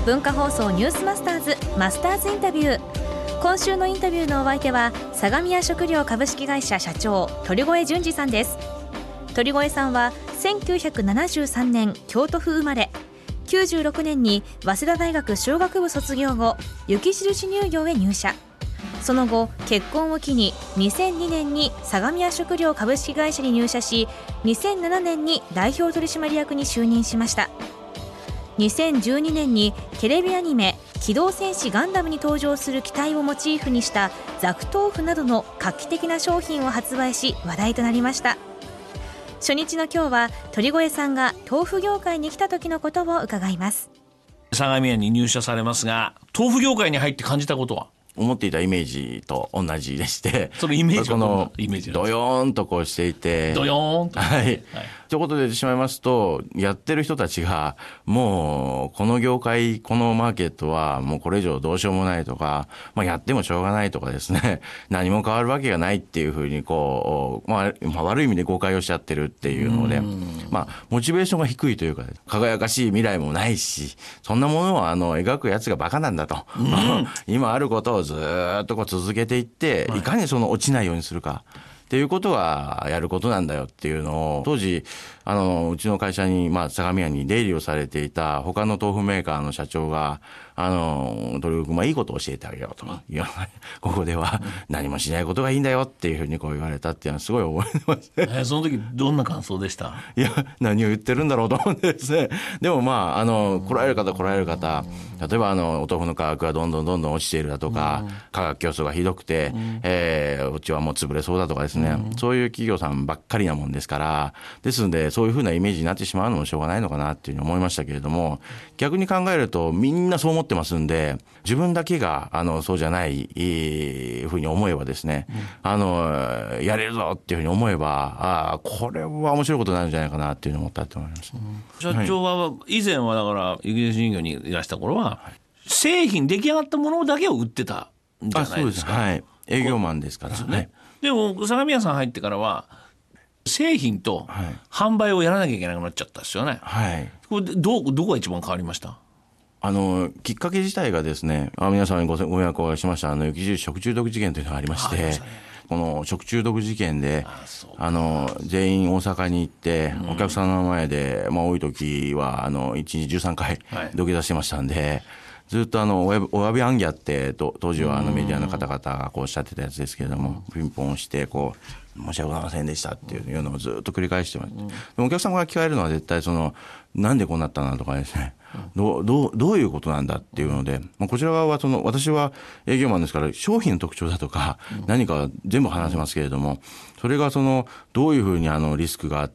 文化放送ニュースマスターズマスターズインタビュー。今週のインタビューのお相手は相模屋食料株式会社社長鳥越淳二さんです。鳥越さんは1973年京都府生まれ、96年に早稲田大学商学部卒業後雪印乳業へ入社。その後結婚を機に2002年に相模屋食料株式会社に入社し、2007年に代表取締役に就任しました。2012年にテレビアニメ機動戦士ガンダムに登場する機体をモチーフにしたザク豆腐などの画期的な商品を発売し話題となりました。初日の今日は鳥越さんが豆腐業界に来た時のことを伺います。 相模屋に入社されますが、豆腐業界に入って感じたことは？ 思っていたイメージと同じでして、 そのイメージはこのイメージドヨーンとこうしていて、 ドヨーンと、 はい、ということで言ってしまいますと、やってる人たちがもうこの業界このマーケットはもうこれ以上どうしようもないとか、やってもしょうがないとかですね、何も変わるわけがないっていうふうにこう、悪い意味で誤解をしちゃってるっていうので、モチベーションが低いというか、輝かしい未来もないし、そんなものは描くやつがバカなんだと、今あることをずっとこう続けていって、いかにその落ちないようにするかっていうことがやることなんだよっていうのを、当時うちの会社に相模屋に出入りをされていた他の豆腐メーカーの社長が鳥越君いいことを教えてあげようと、ここでは何もしないことがいいんだよっていうふうにこう言われたっていうのはすごい覚えてますね。 その時どんな感想でした？ いや、何を言ってるんだろうと思ってですね。でも来られる方、例えばお豆腐の価格がどんどん落ちているだとか、価格競争がひどくて、うちはもう潰れそうだとかですね、そういう企業さんばっかりなもんですから、ですのでそういうふうなイメージになってしまうのもしょうがないのかなっていうふうに思いましたけれども、逆に考えるとみんなそう思ってますんで、自分だけがそうじゃないふうに思えばですね、やれるぞっていうふうに思えば、これは面白いことになるんじゃないかなっていうふうに思ったと思います。 社長は以前はだから雪印乳業にいらした頃は、製品出来上がったものだけを売ってたんじゃないですか。 はい、営業マンですからね。 でも相模屋さん入ってからは製品と販売をやらなきゃいけなくなっちゃったんですよね。これどこが一番変わりました？ きっかけ自体がですね、皆さんにご迷惑をおかけしました雪印食中毒事件というのがありまして、この食中毒事件で全員大阪に行ってお客さんの前で、多い時は1日13回土下座してましたんで、ずっとお詫び行脚って当時はメディアの方々がこうおっしゃってたやつですけれども、ピンポン押してこう申し訳ございませんでしたっていうのをずっと繰り返してます。でもお客様が聞かれるのは絶対なんでこうなったんだとかですね、どういうことなんだっていうので、こちら側は私は営業マンですから商品の特徴だとか何か全部話せますけれども、それがどういうふうにリスクがあって、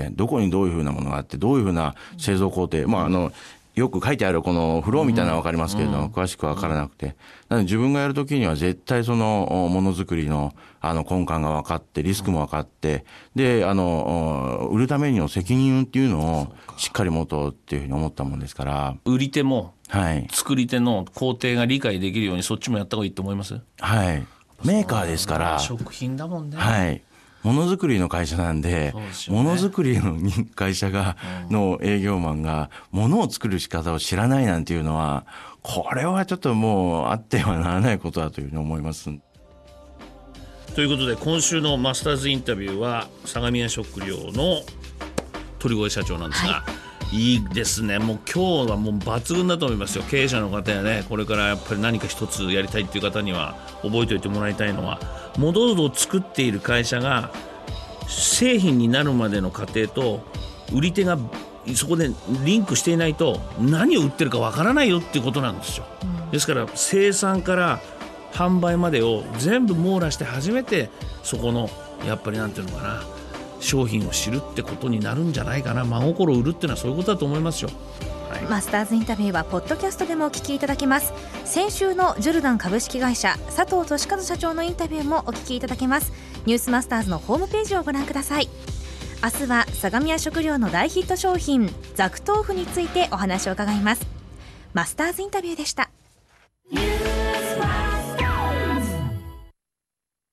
どこにどういうふうなものがあって、どういうふうな製造工程、よく書いてあるこのフローみたいなのは分かりますけれども、詳しくは分からなくて、なので自分がやるときには絶対ものづくりの根幹が分かって、リスクも分かって、で売るためにの責任っていうのをしっかり持とうっていうふうに思ったもんですから、 売り手も作り手の工程が理解できるようにそっちもやった方がいいと思います？ はい、メーカーですから食品だもんね。 ものづくりの会社なんで、ものづくりの会社の営業マンがものを作る仕方を知らないなんていうのは、これはちょっともうあってはならないことだというふうに思います。 ということで今週のマスターズインタビューは相模屋食料の鳥越社長なんですが、いいですね。もう今日はもう抜群だと思いますよ。経営者の方やね、これからやっぱり何か一つやりたいっていう方には覚えておいてもらいたいのは、モドを作っている会社が製品になるまでの過程と売り手がそこでリンクしていないと何を売ってるかわからないよっていうことなんですよ。ですから生産から販売までを全部網羅して初めてそこのやっぱりなんていうのかな、商品を知るってことになるんじゃないかな。真心を売るっていうのはそういうことだと思いますよ。 マスターズインタビューはポッドキャストでもお聞きいただけます。先週のジョルダン株式会社佐藤俊和社長のインタビューもお聞きいただけます。ニュースマスターズのホームページをご覧ください。明日は相模屋食料の大ヒット商品ザク豆腐についてお話を伺います。マスターズインタビューでした。